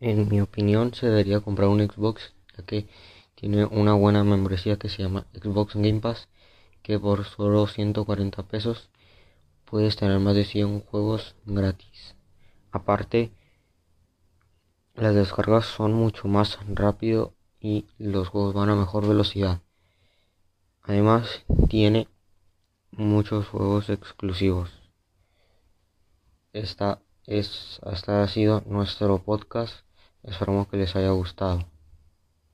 En mi opinión, se debería comprar un Xbox, ya que tiene una buena membresía que se llama Xbox Game Pass, que por solo 140 pesos puedes tener más de 100 juegos gratis. Aparte, las descargas son mucho más rápido y los juegos van a mejor velocidad. Además, tiene muchos juegos exclusivos. Este ha sido nuestro podcast. Esperamos que les haya gustado.